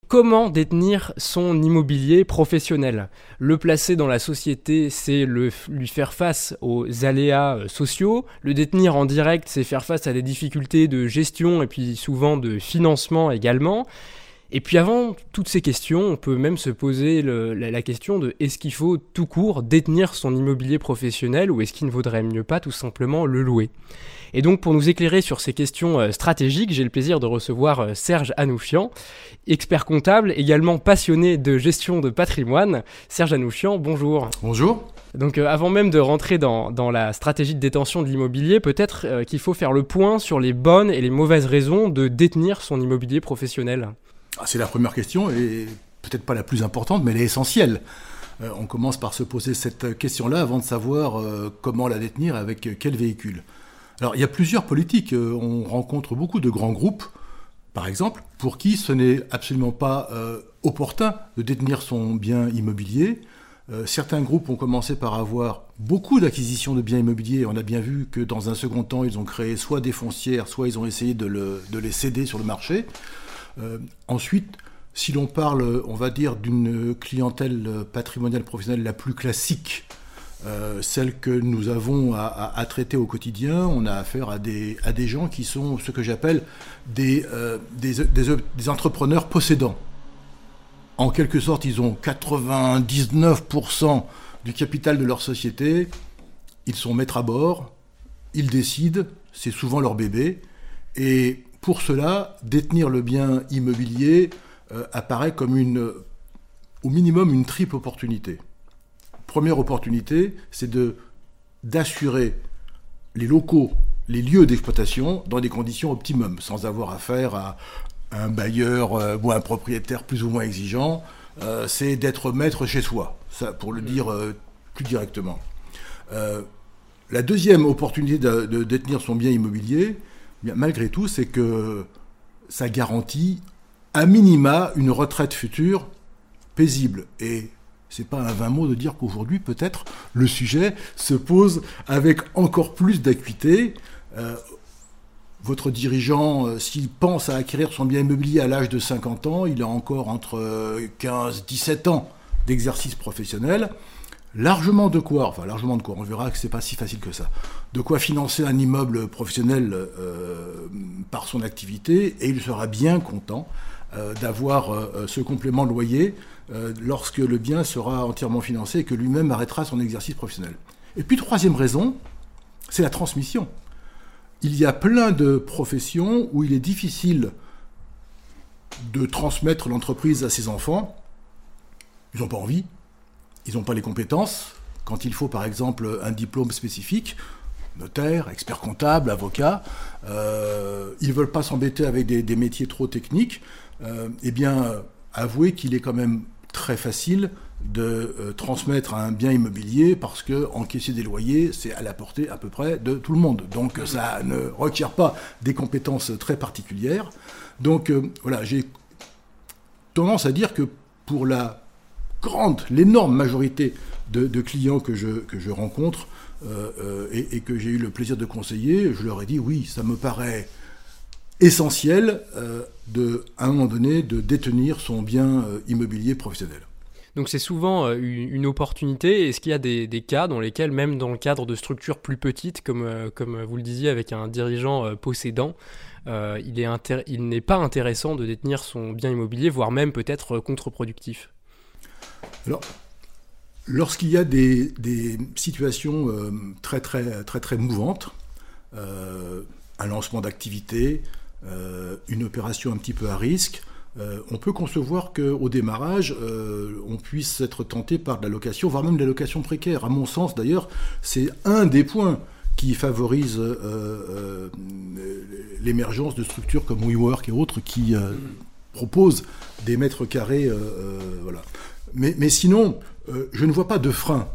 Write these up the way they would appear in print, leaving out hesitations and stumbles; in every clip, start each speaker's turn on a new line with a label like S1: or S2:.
S1: Comment détenir son immobilier professionnel ? Le placer dans la société, c'est lui faire face aux aléas sociaux. Le détenir en direct, c'est faire face à des difficultés de gestion et puis souvent de financement également. Et puis avant toutes ces questions, on peut même se poser la question de est-ce qu'il faut tout court détenir son immobilier professionnel ou est-ce qu'il ne vaudrait mieux pas tout simplement le louer ? Et donc pour nous éclairer sur ces questions stratégiques, j'ai le plaisir de recevoir Serge Hanoufian, expert comptable, également passionné de gestion de patrimoine. Serge Hanoufian, bonjour.
S2: Bonjour.
S1: Donc avant même de rentrer dans la stratégie de détention de l'immobilier, peut-être qu'il faut faire le point sur les bonnes et les mauvaises raisons de détenir son immobilier professionnel.
S2: C'est la première question et peut-être pas la plus importante, mais elle est essentielle. On commence par se poser cette question-là avant de savoir comment la détenir, avec quel véhicule. Alors, il y a plusieurs politiques. On rencontre beaucoup de grands groupes, par exemple, pour qui ce n'est absolument pas opportun de détenir son bien immobilier. Certains groupes ont commencé par avoir beaucoup d'acquisitions de biens immobiliers. On a bien vu que dans un second temps, ils ont créé soit des foncières, soit ils ont essayé de les céder sur le marché. Ensuite, si l'on parle, on va dire, d'une clientèle patrimoniale professionnelle la plus classique, celle que nous avons à traiter au quotidien, on a affaire à des gens qui sont ce que j'appelle des entrepreneurs possédants. En quelque sorte, ils ont 99% du capital de leur société, ils sont maîtres à bord, ils décident, c'est souvent leur bébé, et pour cela, détenir le bien immobilier apparaît comme au minimum une triple opportunité. Première opportunité, c'est d'assurer les locaux, les lieux d'exploitation dans des conditions optimum, sans avoir affaire à un bailleur ou un propriétaire plus ou moins exigeant. C'est d'être maître chez soi, ça, pour le dire plus directement. La deuxième opportunité de détenir son bien immobilier, bien, malgré tout, c'est que ça garantit à minima une retraite future paisible. Et c'est pas un vain mot de dire qu'aujourd'hui, peut-être, le sujet se pose avec encore plus d'acuité. Votre dirigeant, s'il pense à acquérir son bien immobilier à l'âge de 50 ans, il a encore entre 15 et 17 ans d'exercice professionnel. Largement de quoi, on verra que c'est pas si facile que ça, de quoi financer un immeuble professionnel par son activité, et il sera bien content d'avoir ce complément de loyer lorsque le bien sera entièrement financé et que lui-même arrêtera son exercice professionnel. Et puis troisième raison, c'est la transmission. Il y a plein de professions où il est difficile de transmettre l'entreprise à ses enfants. Ils n'ont pas envie. Ils n'ont pas les compétences. Quand il faut, par exemple, un diplôme spécifique, notaire, expert comptable, avocat, ils ne veulent pas s'embêter avec des métiers trop techniques. Eh bien, avouez qu'il est quand même très facile de transmettre un bien immobilier parce que encaisser des loyers, c'est à la portée à peu près de tout le monde. Donc, ça ne requiert pas des compétences très particulières. Donc, voilà, j'ai tendance à dire que pour l'énorme majorité de clients que je rencontre et que j'ai eu le plaisir de conseiller, je leur ai dit oui, ça me paraît essentiel à un moment donné de détenir son bien immobilier professionnel.
S1: Donc c'est souvent une opportunité. Est-ce qu'il y a des cas dans lesquels, même dans le cadre de structures plus petites, comme vous le disiez avec un dirigeant possédant, il n'est pas intéressant de détenir son bien immobilier, voire même peut-être contre-productif ?
S2: Alors, lorsqu'il y a des situations très, très, très, très mouvantes, un lancement d'activité, une opération un petit peu à risque, on peut concevoir qu'au démarrage, on puisse être tenté par de la location, voire même de la location précaire. À mon sens, d'ailleurs, c'est un des points qui favorise l'émergence de structures comme WeWork et autres qui proposent des mètres carrés. Voilà. Mais sinon, je ne vois pas de frein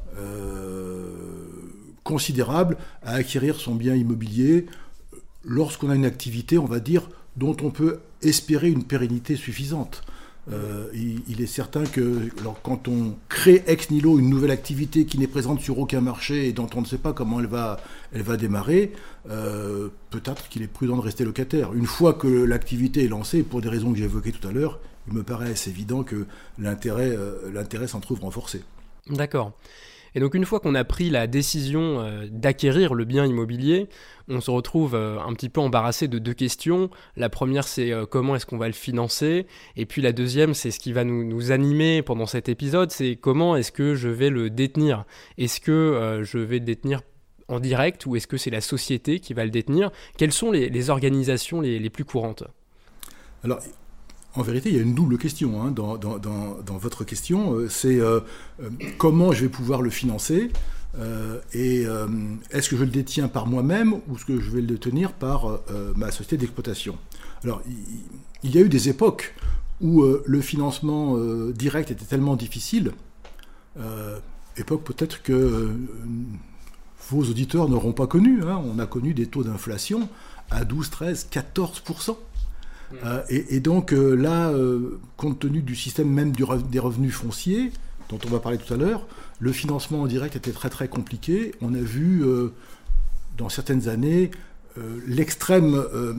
S2: considérable à acquérir son bien immobilier lorsqu'on a une activité, on va dire, dont on peut espérer une pérennité suffisante. Il est certain que quand on crée ex nihilo une nouvelle activité qui n'est présente sur aucun marché et dont on ne sait pas comment elle va démarrer, peut-être qu'il est prudent de rester locataire. Une fois que l'activité est lancée, pour des raisons que j'ai évoquées tout à l'heure, il me paraît assez évident que l'intérêt s'en trouve renforcé.
S1: D'accord. Et donc une fois qu'on a pris la décision d'acquérir le bien immobilier, on se retrouve un petit peu embarrassé de deux questions. La première, c'est comment est-ce qu'on va le financer ? Et puis la deuxième, c'est ce qui va nous animer pendant cet épisode, c'est comment est-ce que je vais le détenir ? Est-ce que je vais le détenir en direct ou est-ce que c'est la société qui va le détenir ? Quelles sont les organisations les plus courantes ?
S2: Alors, en vérité, il y a une double question dans votre question. C'est comment je vais pouvoir le financer et est-ce que je le détiens par moi-même ou est-ce que je vais le détenir par ma société d'exploitation ? Alors, il y a eu des époques où le financement direct était tellement difficile, époque peut-être que vos auditeurs n'auront pas connu. On a connu des taux d'inflation à 12, 13, 14%. Et donc là, compte tenu du système même des revenus fonciers, dont on va parler tout à l'heure, le financement en direct était très très compliqué. On a vu dans certaines années l'extrême,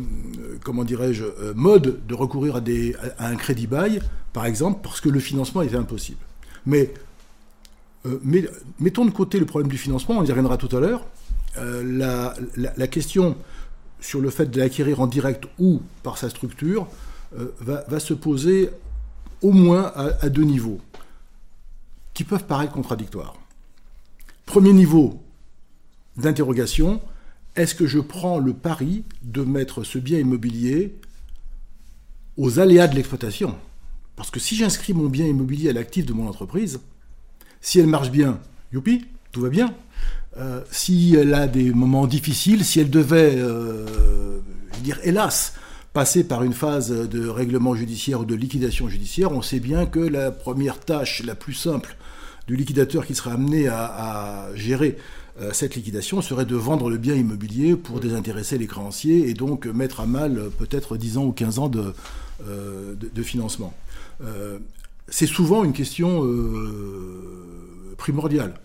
S2: mode de recourir à un crédit bail, par exemple, parce que le financement était impossible. Mais mettons de côté le problème du financement, on y reviendra tout à l'heure. La question sur le fait de l'acquérir en direct ou par sa structure, va se poser au moins à deux niveaux, qui peuvent paraître contradictoires. Premier niveau d'interrogation, est-ce que je prends le pari de mettre ce bien immobilier aux aléas de l'exploitation ? Parce que si j'inscris mon bien immobilier à l'actif de mon entreprise, si elle marche bien, youpi, tout va bien. Si elle a des moments difficiles, si elle devait, hélas, passer par une phase de règlement judiciaire ou de liquidation judiciaire, on sait bien que la première tâche la plus simple du liquidateur qui sera amené à gérer cette liquidation serait de vendre le bien immobilier pour désintéresser les créanciers et donc mettre à mal peut-être 10 ans ou 15 ans de financement. C'est souvent une question primordiale.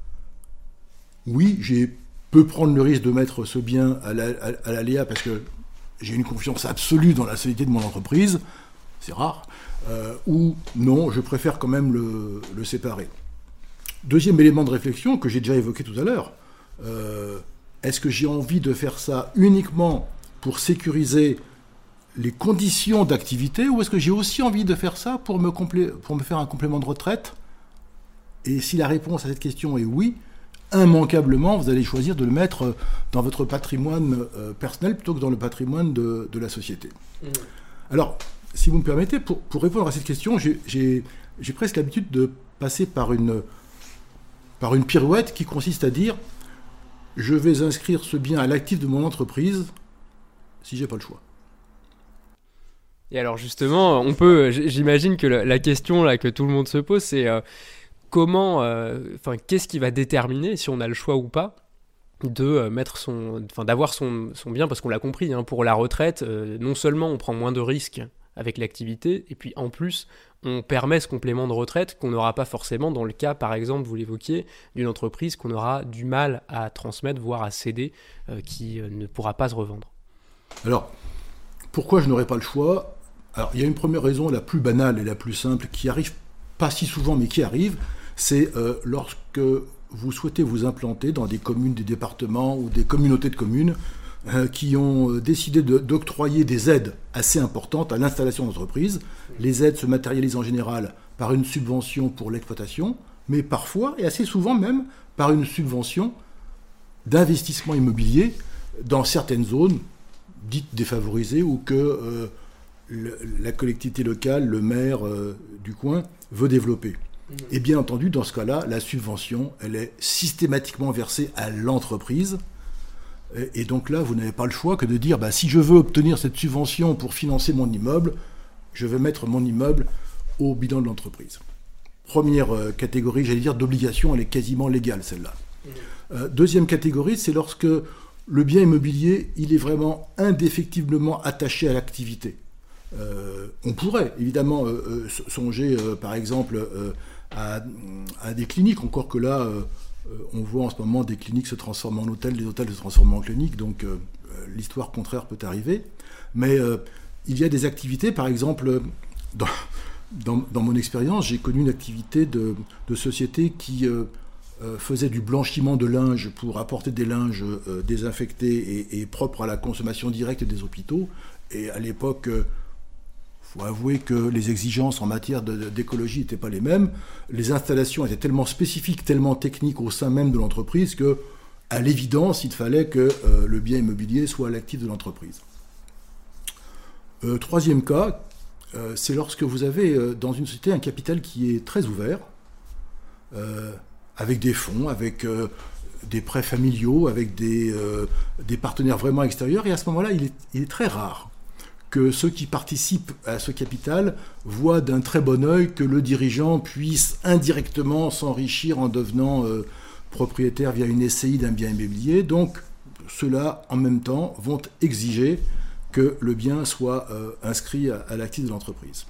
S2: Oui, peux prendre le risque de mettre ce bien à l'aléa parce que j'ai une confiance absolue dans la solidité de mon entreprise, c'est rare, ou non, je préfère quand même le séparer. Deuxième élément de réflexion que j'ai déjà évoqué tout à l'heure, est-ce que j'ai envie de faire ça uniquement pour sécuriser les conditions d'activité ou est-ce que j'ai aussi envie de faire ça pour me faire un complément de retraite ? Et si la réponse à cette question est oui, immanquablement, vous allez choisir de le mettre dans votre patrimoine personnel plutôt que dans le patrimoine de la société. Alors, si vous me permettez, pour répondre à cette question, j'ai presque l'habitude de passer par une pirouette qui consiste à dire « je vais inscrire ce bien à l'actif de mon entreprise si j'ai pas le choix ».
S1: Et alors justement, j'imagine que la question là, que tout le monde se pose, c'est... qu'est-ce qui va déterminer si on a le choix ou pas de d'avoir son bien, parce qu'on l'a compris, pour la retraite, non seulement on prend moins de risques avec l'activité, et puis en plus on permet ce complément de retraite qu'on n'aura pas forcément dans le cas, par exemple, vous l'évoquiez, d'une entreprise qu'on aura du mal à transmettre, voire à céder, qui ne pourra pas se revendre.
S2: Alors, pourquoi je n'aurai pas le choix ? Alors, il y a une première raison, la plus banale et la plus simple, qui arrive pas si souvent, mais qui arrive, c'est lorsque vous souhaitez vous implanter dans des communes, des départements ou des communautés de communes qui ont décidé d'octroyer des aides assez importantes à l'installation d'entreprises. Les aides se matérialisent en général par une subvention pour l'exploitation, mais parfois, et assez souvent même, par une subvention d'investissement immobilier dans certaines zones dites défavorisées ou que la collectivité locale, le maire du coin, veut développer. Et bien entendu, dans ce cas-là, la subvention, elle est systématiquement versée à l'entreprise. Et donc là, vous n'avez pas le choix que de dire, si je veux obtenir cette subvention pour financer mon immeuble, je vais mettre mon immeuble au bilan de l'entreprise. Première catégorie, j'allais dire, d'obligation, elle est quasiment légale, celle-là. Deuxième catégorie, c'est lorsque le bien immobilier, il est vraiment indéfectiblement attaché à l'activité. On pourrait évidemment songer, par exemple, à des cliniques, encore que là, on voit en ce moment des cliniques se transformer en hôtels, des hôtels se transformer en cliniques, donc l'histoire contraire peut arriver. Mais il y a des activités, par exemple, dans mon expérience, j'ai connu une activité de société qui faisait du blanchiment de linge pour apporter des linges désinfectés et propres à la consommation directe des hôpitaux. Et à l'époque, faut avouer que les exigences en matière d'écologie n'étaient pas les mêmes. Les installations étaient tellement spécifiques, tellement techniques au sein même de l'entreprise que, à l'évidence, il fallait que le bien immobilier soit à l'actif de l'entreprise. Troisième cas, c'est lorsque vous avez dans une société un capital qui est très ouvert, avec des fonds, avec des prêts familiaux, avec des partenaires vraiment extérieurs. Et à ce moment-là, il est très rare que ceux qui participent à ce capital voient d'un très bon œil que le dirigeant puisse indirectement s'enrichir en devenant propriétaire via une SCI d'un bien immobilier. Donc, ceux-là, en même temps, vont exiger que le bien soit inscrit à l'actif de l'entreprise.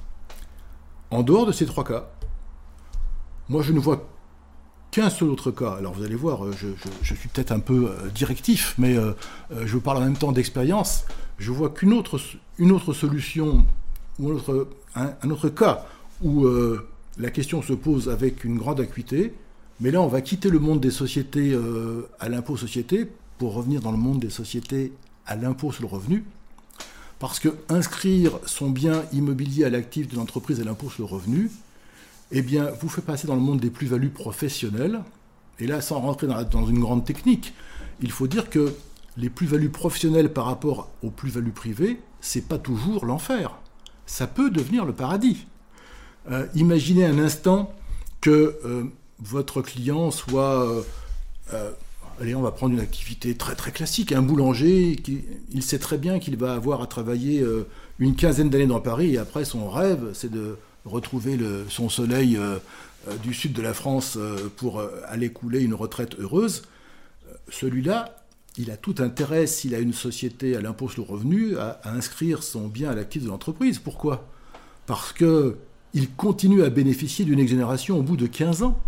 S2: En dehors de ces trois cas, moi je ne vois qu'un seul autre cas. Alors vous allez voir, je suis peut-être un peu directif, mais je vous parle en même temps d'expérience. Je vois qu'une autre solution, ou un autre cas où la question se pose avec une grande acuité, mais là on va quitter le monde des sociétés à l'impôt société pour revenir dans le monde des sociétés à l'impôt sur le revenu. Parce que inscrire son bien immobilier à l'actif de l'entreprise à l'impôt sur le revenu, eh bien, vous fait passer dans le monde des plus-values professionnelles. Et là, sans rentrer dans une grande technique, il faut dire que les plus-values professionnelles par rapport aux plus-values privées, c'est pas toujours l'enfer. Ça peut devenir le paradis. Imaginez un instant que votre client soit... allez, on va prendre une activité très très classique, un boulanger, il sait très bien qu'il va avoir à travailler une quinzaine d'années dans Paris, et après son rêve, c'est de retrouver son soleil du sud de la France pour aller couler une retraite heureuse. Celui-là, il a tout intérêt, s'il a une société à l'impôt sur le revenu, à inscrire son bien à l'actif de l'entreprise. Pourquoi ? Parce qu'il continue à bénéficier d'une exonération au bout de 15 ans,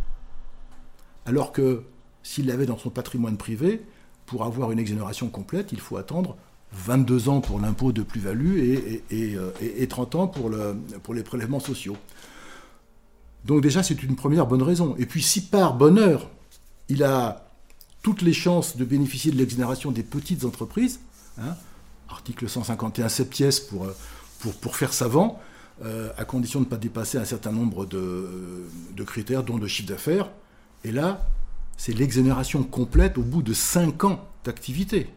S2: alors que s'il l'avait dans son patrimoine privé, pour avoir une exonération complète, il faut attendre 22 ans pour l'impôt de plus-value et 30 ans pour les prélèvements sociaux. Donc déjà, c'est une première bonne raison. Et puis si par bonheur, il a toutes les chances de bénéficier de l'exonération des petites entreprises, article 151 septies pour faire savant, à condition de ne pas dépasser un certain nombre de critères, dont de chiffre d'affaires, et là, c'est l'exonération complète au bout de 5 ans d'activité.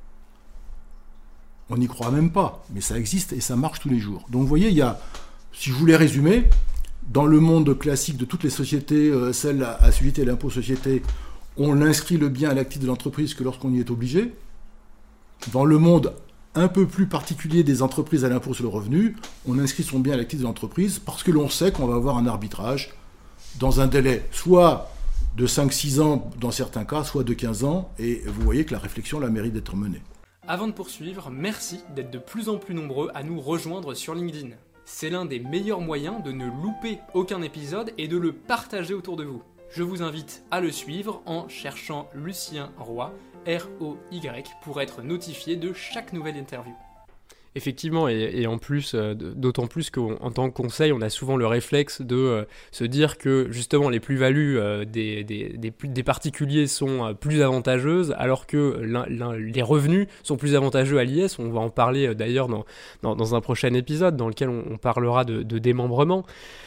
S2: On n'y croit même pas, mais ça existe et ça marche tous les jours. Donc vous voyez, il y a, si je voulais résumer, dans le monde classique de toutes les sociétés, celles assujetties à l'impôt société, on inscrit le bien à l'actif de l'entreprise que lorsqu'on y est obligé. Dans le monde un peu plus particulier des entreprises à l'impôt sur le revenu, on inscrit son bien à l'actif de l'entreprise parce que l'on sait qu'on va avoir un arbitrage dans un délai soit de 5-6 ans dans certains cas, soit de 15 ans, et vous voyez que la réflexion la mérite d'être menée.
S1: Avant de poursuivre, merci d'être de plus en plus nombreux à nous rejoindre sur LinkedIn. C'est l'un des meilleurs moyens de ne louper aucun épisode et de le partager autour de vous. Je vous invite à le suivre en cherchant Lucien Roy, R-O-Y, pour être notifié de chaque nouvelle interview. Effectivement, et en plus, d'autant plus qu'en tant que conseil, on a souvent le réflexe de se dire que justement les plus-values des particuliers sont plus avantageuses, alors que les revenus sont plus avantageux à l'IS. On va en parler d'ailleurs dans un prochain épisode dans lequel on parlera de démembrement.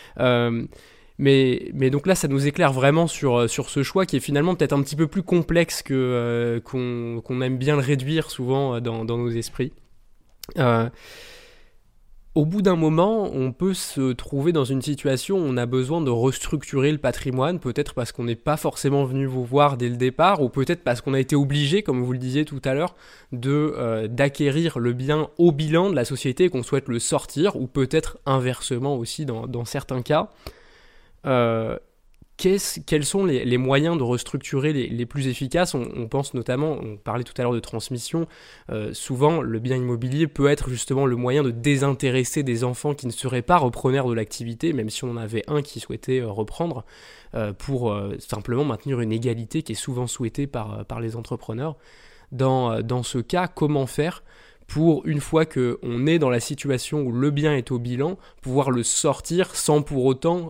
S1: Mais donc là, ça nous éclaire vraiment sur ce choix qui est finalement peut-être un petit peu plus complexe qu'on aime bien le réduire souvent dans nos esprits. Au bout d'un moment, on peut se trouver dans une situation où on a besoin de restructurer le patrimoine, peut-être parce qu'on n'est pas forcément venu vous voir dès le départ, ou peut-être parce qu'on a été obligé, comme vous le disiez tout à l'heure, d'acquérir le bien au bilan de la société et qu'on souhaite le sortir, ou peut-être inversement aussi dans certains cas. quels sont les moyens de restructurer les plus efficaces? On pense notamment, on parlait tout à l'heure de transmission, souvent le bien immobilier peut être justement le moyen de désintéresser des enfants qui ne seraient pas repreneurs de l'activité, même si on en avait un qui souhaitait reprendre, pour simplement maintenir une égalité qui est souvent souhaitée par les entrepreneurs. Dans ce cas, comment faire pour, une fois qu'on est dans la situation où le bien est au bilan, pouvoir le sortir sans pour autant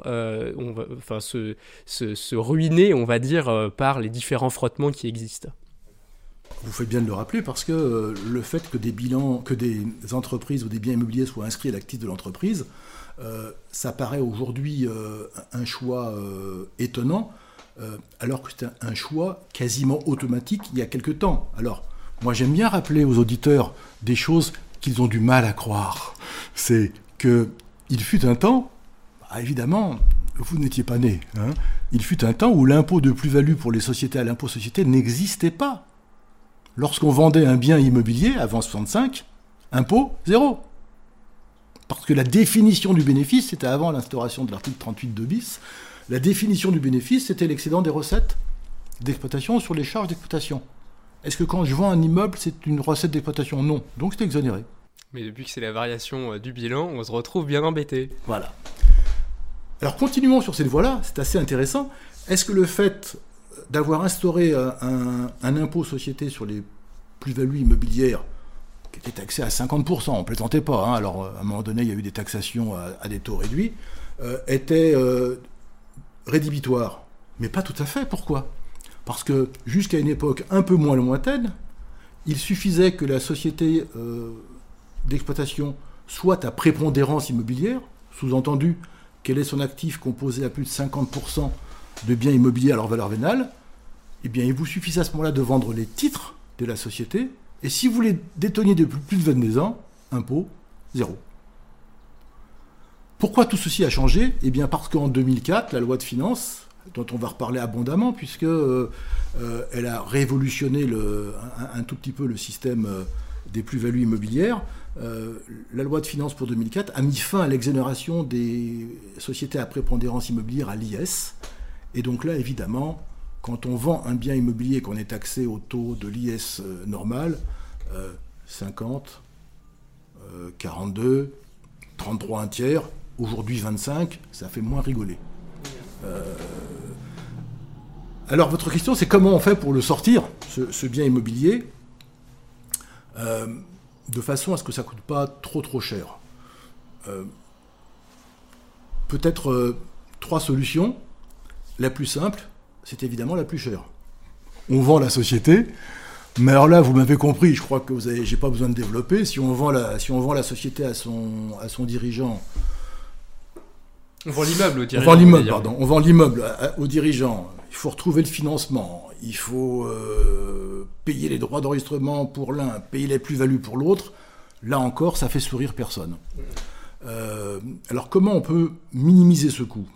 S1: se ruiner, on va dire, par les différents frottements qui existent.
S2: Vous faites bien de le rappeler parce que le fait que des entreprises ou des biens immobiliers soient inscrits à l'actif de l'entreprise, ça paraît aujourd'hui un choix étonnant, alors que c'était un choix quasiment automatique il y a quelque temps. Alors, moi, j'aime bien rappeler aux auditeurs des choses qu'ils ont du mal à croire. C'est qu'il fut un temps, évidemment, vous n'étiez pas né, hein, il fut un temps où l'impôt de plus-value pour les sociétés à l'impôt société n'existait pas. Lorsqu'on vendait un bien immobilier avant 65, impôt zéro. Parce que la définition du bénéfice, c'était avant l'instauration de l'article 38.2 bis, la définition du bénéfice, c'était l'excédent des recettes d'exploitation sur les charges d'exploitation. Est-ce que quand je vends un immeuble, c'est une recette d'exploitation? Non. Donc c'est exonéré.
S1: Mais depuis que c'est la variation du bilan, on se retrouve bien embêté.
S2: Voilà. Alors continuons sur cette voie-là, c'est assez intéressant. Est-ce que le fait d'avoir instauré un impôt société sur les plus-values immobilières, qui était taxé à 50%, on ne plaisantait pas, hein, alors à un moment donné il y a eu des taxations à des taux réduits, était rédhibitoire? Mais pas tout à fait. Pourquoi? Parce que jusqu'à une époque un peu moins lointaine, il suffisait que la société d'exploitation soit à prépondérance immobilière, sous-entendu qu'elle ait son actif composé à plus de 50% de biens immobiliers à leur valeur vénale, eh bien il vous suffisait à ce moment-là de vendre les titres de la société, et si vous les déteniez depuis plus de 22 ans, impôt zéro. Pourquoi tout ceci a changé? Eh bien parce qu'en 2004, la loi de finances, dont on va reparler abondamment, puisque elle a révolutionné un tout petit peu le système des plus-values immobilières. La loi de finances pour 2004 a mis fin à l'exonération des sociétés à prépondérance immobilière à l'IS. Et donc là, évidemment, quand on vend un bien immobilier qu'on est taxé au taux de l'IS normal, 50, 42, 33 un tiers, aujourd'hui 25, ça fait moins rigoler. Alors votre question, c'est comment on fait pour le sortir, ce bien immobilier, de façon à ce que ça ne coûte pas trop cher. Peut-être 3 solutions. La plus simple, c'est évidemment la plus chère. On vend la société, mais alors là, vous m'avez compris, je crois que j'ai pas besoin de développer. Si on vend la société à son dirigeant...
S1: On vend l'immeuble au dirigeant.
S2: On vend l'immeuble au dirigeant. Il faut retrouver le financement. Il faut payer les droits d'enregistrement pour l'un, payer les plus-values pour l'autre. Là encore, ça fait sourire personne. Alors comment on peut minimiser ce coût?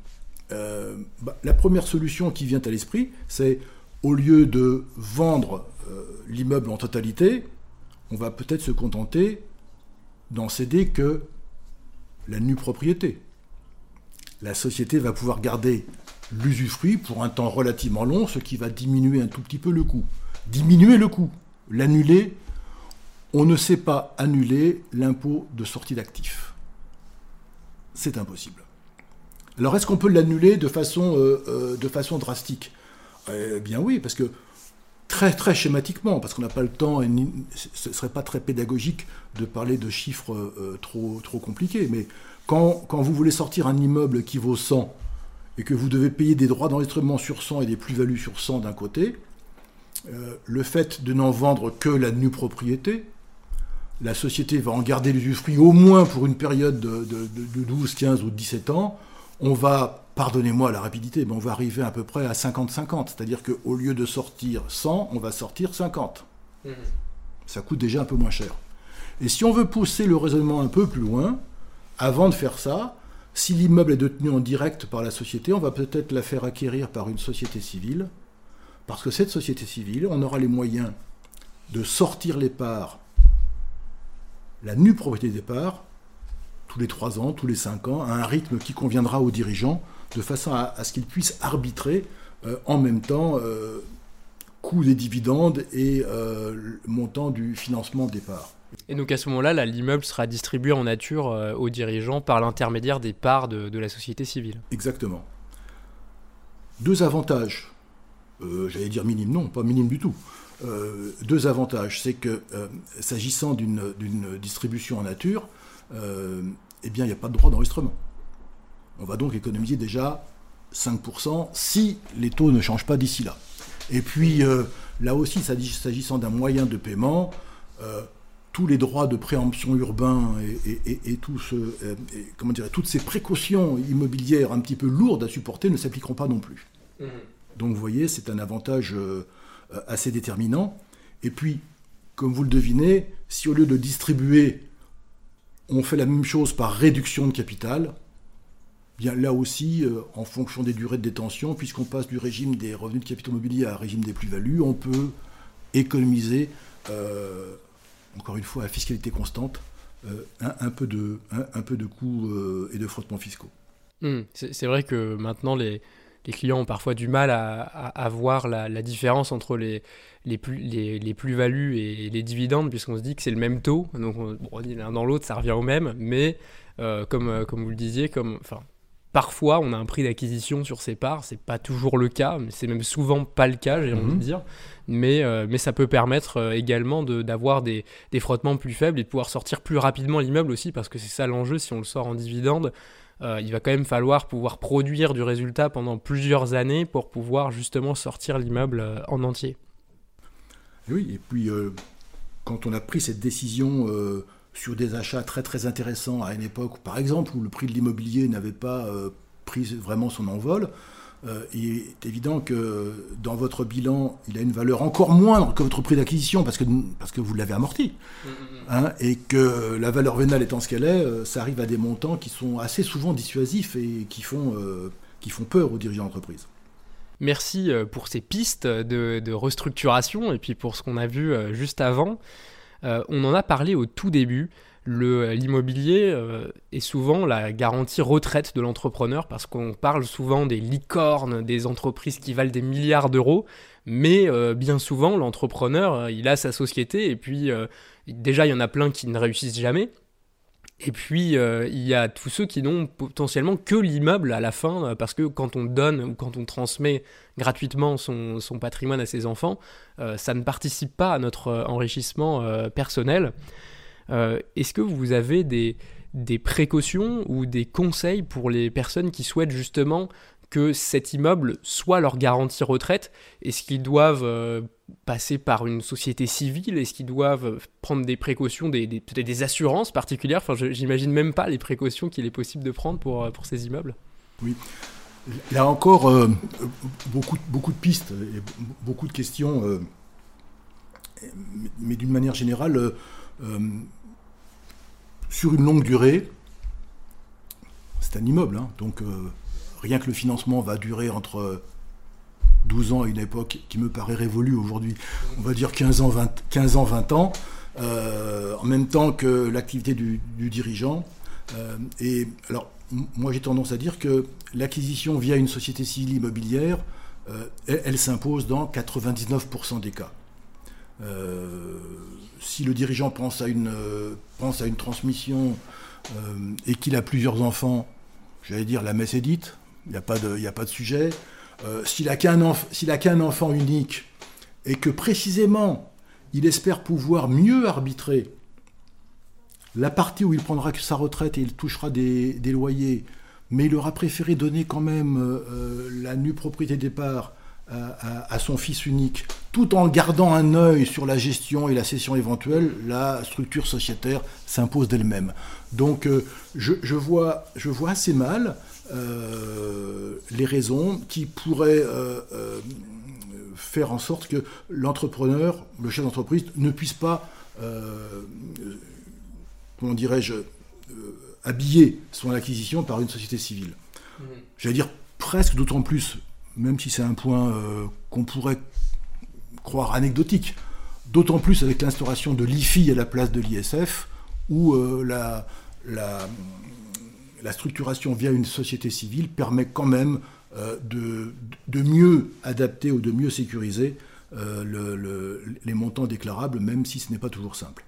S2: La première solution qui vient à l'esprit, c'est au lieu de vendre l'immeuble en totalité, on va peut-être se contenter d'en céder que la nue propriété. La société va pouvoir garder l'usufruit pour un temps relativement long, ce qui va diminuer un tout petit peu le coût. Diminuer le coût, l'annuler, on ne sait pas annuler l'impôt de sortie d'actifs. C'est impossible. Alors est-ce qu'on peut l'annuler de façon drastique? Eh bien oui, parce que très schématiquement, parce qu'on n'a pas le temps, et ce ne serait pas très pédagogique de parler de chiffres trop compliqués, mais quand vous voulez sortir un immeuble qui vaut 100 et que vous devez payer des droits d'enregistrement sur 100 et des plus-values sur 100 d'un côté, le fait de n'en vendre que la nue propriété, la société va en garder l'usufruit au moins pour une période de 12, 15 ou 17 ans, on va, pardonnez-moi la rapidité, mais on va arriver à peu près à 50-50, c'est-à-dire qu'au lieu de sortir 100, on va sortir 50. Ça coûte déjà un peu moins cher. Et si on veut pousser le raisonnement un peu plus loin, avant de faire ça, si l'immeuble est détenu en direct par la société, on va peut-être la faire acquérir par une société civile, parce que cette société civile, on aura les moyens de sortir les parts, la nue propriété des parts, tous les 3 ans, tous les 5 ans, à un rythme qui conviendra aux dirigeants, de façon à ce qu'ils puissent arbitrer en même temps coût des dividendes et le montant du financement de départ.
S1: Et donc à ce moment-là, l'immeuble sera distribué en nature aux dirigeants par l'intermédiaire des parts de la société civile.
S2: Exactement. Deux avantages, j'allais dire minimes, non, pas minimes du tout. Deux avantages, c'est que s'agissant d'une distribution en nature, eh bien il n'y a pas de droit d'enregistrement. On va donc économiser déjà 5% si les taux ne changent pas d'ici là. Et puis là aussi, s'agissant d'un moyen de paiement, tous les droits de préemption urbain et toutes ces précautions immobilières un petit peu lourdes à supporter ne s'appliqueront pas non plus. Donc vous voyez, c'est un avantage assez déterminant. Et puis, comme vous le devinez, si au lieu de distribuer, on fait la même chose par réduction de capital, bien là aussi, en fonction des durées de détention, puisqu'on passe du régime des revenus de capitaux mobiliers à un régime des plus-values, on peut économiser, encore une fois à fiscalité constante, un peu de coûts et de frottements fiscaux.
S1: C'est vrai que maintenant, les clients ont parfois du mal à voir la différence entre les plus-values et les dividendes, puisqu'on se dit que c'est le même taux. Donc on dit l'un dans l'autre, ça revient au même. Mais comme vous le disiez, parfois on a un prix d'acquisition sur ces parts. C'est pas toujours le cas, mais c'est même souvent pas le cas, j'ai envie de dire. Mais ça peut permettre également d'avoir des frottements plus faibles et de pouvoir sortir plus rapidement l'immeuble aussi, parce que c'est ça l'enjeu. Si on le sort en dividende, il va quand même falloir pouvoir produire du résultat pendant plusieurs années pour pouvoir justement sortir l'immeuble en entier.
S2: Et oui, et puis quand on a pris cette décision sur des achats très très intéressants à une époque, par exemple, où le prix de l'immobilier n'avait pas pris vraiment son envol, il est évident que dans votre bilan, il a une valeur encore moindre que votre prix d'acquisition parce que vous l'avez amorti. Et que la valeur vénale étant ce qu'elle est, ça arrive à des montants qui sont assez souvent dissuasifs et qui font peur aux dirigeants d'entreprise.
S1: Merci pour ces pistes de restructuration et puis pour ce qu'on a vu juste avant. On en a parlé au tout début. L'immobilier est souvent la garantie retraite de l'entrepreneur, parce qu'on parle souvent des licornes, des entreprises qui valent des milliards d'euros, mais bien souvent l'entrepreneur il a sa société et puis déjà il y en a plein qui ne réussissent jamais, et puis il y a tous ceux qui n'ont potentiellement que l'immeuble à la fin, parce que quand on donne ou quand on transmet gratuitement son patrimoine à ses enfants, ça ne participe pas à notre enrichissement personnel. Est-ce que vous avez des précautions ou des conseils pour les personnes qui souhaitent justement que cet immeuble soit leur garantie retraite? Est-ce qu'ils doivent passer par une société civile? Est-ce qu'ils doivent prendre des précautions, peut-être des assurances particulières? J'imagine même pas les précautions qu'il est possible de prendre pour ces immeubles.
S2: Oui. Là encore, beaucoup de pistes et beaucoup de questions, mais d'une manière générale, sur une longue durée, c'est un immeuble, donc rien que le financement va durer entre 12 ans à une époque qui me paraît révolue aujourd'hui, on va dire 15 ans, 20 ans, en même temps que l'activité du dirigeant. Et alors, moi j'ai tendance à dire que l'acquisition via une société civile immobilière, elle s'impose dans 99% des cas. Si le dirigeant pense à une transmission et qu'il a plusieurs enfants, j'allais dire la messe est dite, il n'y a pas de sujet. S'il a qu'un enfant unique et que précisément il espère pouvoir mieux arbitrer la partie où il prendra sa retraite et il touchera des loyers, mais il aura préféré donner quand même la nue propriété de départ à son fils unique, tout en gardant un œil sur la gestion et la cession éventuelle, la structure sociétaire s'impose d'elle-même. Donc je vois assez mal les raisons qui pourraient faire en sorte que l'entrepreneur, le chef d'entreprise, ne puisse pas, comment dirais-je, habiller son acquisition par une société civile. J'allais dire presque d'autant plus, même si c'est un point qu'on pourrait croire anecdotique, d'autant plus avec l'instauration de l'IFI à la place de l'ISF, où la structuration via une société civile permet quand même de mieux adapter ou de mieux sécuriser les montants déclarables, même si ce n'est pas toujours simple.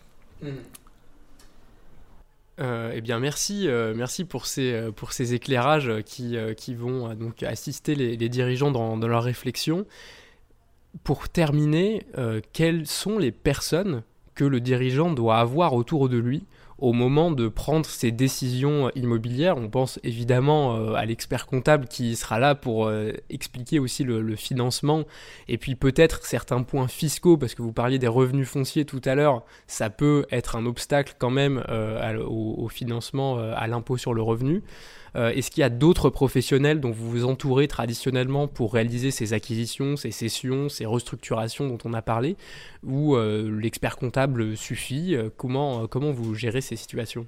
S1: Eh bien merci pour ces éclairages qui vont donc assister les dirigeants dans leur réflexion. Pour terminer, quelles sont les personnes que le dirigeant doit avoir autour de lui au moment de prendre ses décisions immobilières? On pense évidemment à l'expert comptable qui sera là pour expliquer aussi le financement et puis peut-être certains points fiscaux, parce que vous parliez des revenus fonciers tout à l'heure, ça peut être un obstacle quand même au financement, à l'impôt sur le revenu. Est-ce qu'il y a d'autres professionnels dont vous vous entourez traditionnellement pour réaliser ces acquisitions, ces cessions, ces restructurations dont on a parlé, ou l'expert comptable suffit? Comment vous gérez ces situations?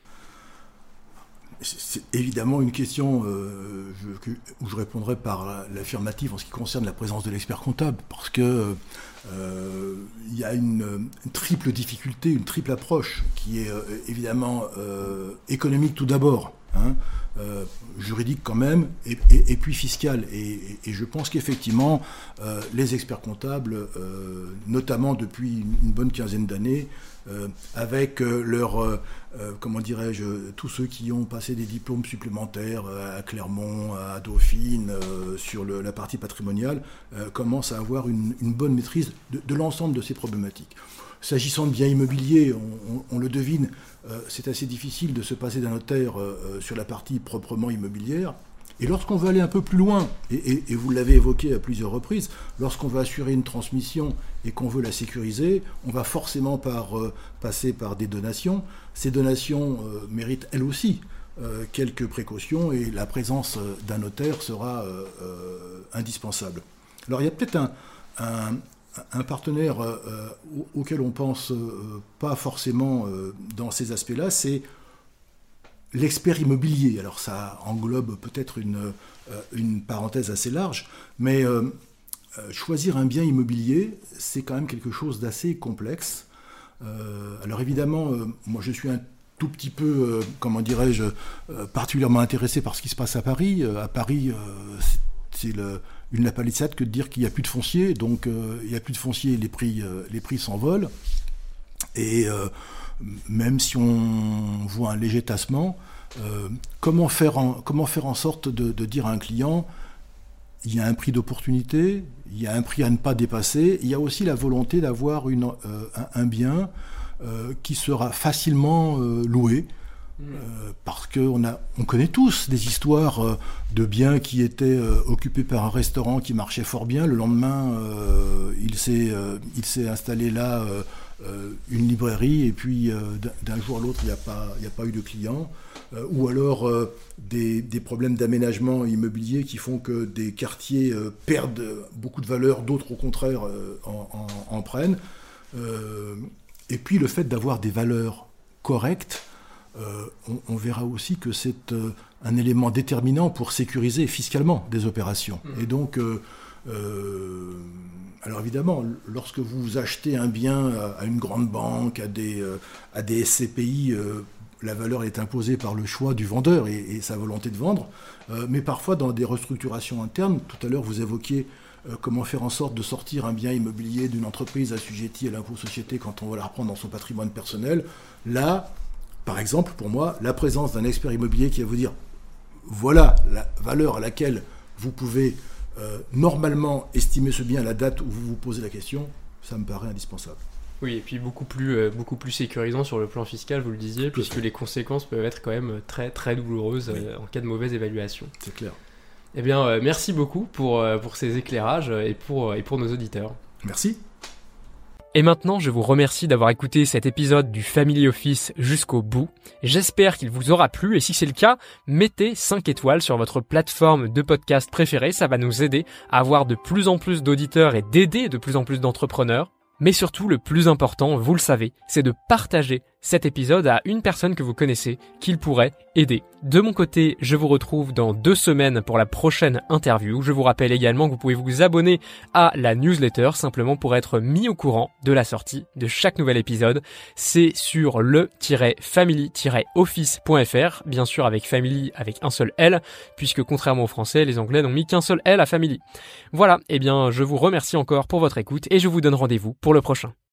S2: C'est évidemment une question où je répondrai par l'affirmative en ce qui concerne la présence de l'expert comptable, parce que il y a une triple difficulté, une triple approche qui est évidemment économique tout d'abord, juridique quand même, et puis fiscale. Et je pense qu'effectivement, les experts comptables, notamment depuis une bonne quinzaine d'années, avec comment dirais-je, tous ceux qui ont passé des diplômes supplémentaires à Clermont, à Dauphine, sur la partie patrimoniale, commencent à avoir une bonne maîtrise de l'ensemble de ces problématiques. S'agissant de biens immobiliers, on le devine, c'est assez difficile de se passer d'un notaire sur la partie proprement immobilière. Et lorsqu'on veut aller un peu plus loin, et vous l'avez évoqué à plusieurs reprises, lorsqu'on veut assurer une transmission et qu'on veut la sécuriser, on va forcément passer par des donations. Ces donations méritent elles aussi quelques précautions, et la présence d'un notaire sera indispensable. Alors il y a peut-être un partenaire auquel on pense pas forcément dans ces aspects-là, c'est l'expert immobilier. Alors ça englobe peut-être une parenthèse assez large, mais choisir un bien immobilier, c'est quand même quelque chose d'assez complexe. Alors évidemment, moi je suis un tout petit peu, comment dirais-je, particulièrement intéressé par ce qui se passe à Paris. À Paris, c'est une lapalissade que de dire qu'il n'y a plus de foncier, donc il n'y a plus de foncier, les prix s'envolent. Et même si on voit un léger tassement, comment faire en sorte de dire à un client, il y a un prix d'opportunité, il y a un prix à ne pas dépasser, il y a aussi la volonté d'avoir un bien qui sera facilement loué, parce qu'on connaît tous des histoires de biens qui étaient occupés par un restaurant qui marchait fort bien. Le lendemain, il s'est installé là une librairie, et puis d'un jour à l'autre, il n'y a pas eu de clients. Ou alors des problèmes d'aménagement immobilier qui font que des quartiers perdent beaucoup de valeur, d'autres au contraire en prennent. Et puis le fait d'avoir des valeurs correctes, on verra aussi que c'est un élément déterminant pour sécuriser fiscalement des opérations. Et donc, alors évidemment, lorsque vous achetez un bien à une grande banque, à des SCPI, la valeur est imposée par le choix du vendeur et sa volonté de vendre. Mais parfois, dans des restructurations internes, tout à l'heure vous évoquiez comment faire en sorte de sortir un bien immobilier d'une entreprise assujettie à l'impôt société quand on va la reprendre dans son patrimoine personnel. Là, par exemple, pour moi, la présence d'un expert immobilier qui va vous dire voilà la valeur à laquelle vous pouvez normalement estimer ce bien à la date où vous vous posez la question, ça me paraît indispensable.
S1: Oui, et puis beaucoup plus sécurisant sur le plan fiscal, vous le disiez, puisque les conséquences peuvent être quand même très, très douloureuses en cas de mauvaise évaluation.
S2: C'est clair.
S1: Eh bien, merci beaucoup pour ces éclairages et pour nos auditeurs.
S2: Merci.
S1: Et maintenant, je vous remercie d'avoir écouté cet épisode du Family Office jusqu'au bout. J'espère qu'il vous aura plu, et si c'est le cas, mettez 5 étoiles sur votre plateforme de podcast préférée. Ça va nous aider à avoir de plus en plus d'auditeurs et d'aider de plus en plus d'entrepreneurs. Mais surtout, le plus important, vous le savez, c'est de partager cet épisode à une personne que vous connaissez, qu'il pourrait aider. De mon côté, je vous retrouve dans 2 semaines pour la prochaine interview. Je vous rappelle également que vous pouvez vous abonner à la newsletter simplement pour être mis au courant de la sortie de chaque nouvel épisode. C'est sur le-family-office.fr, bien sûr avec family avec un seul L, puisque contrairement aux Français, les Anglais n'ont mis qu'un seul L à family. Voilà, je vous remercie encore pour votre écoute et je vous donne rendez-vous pour le prochain.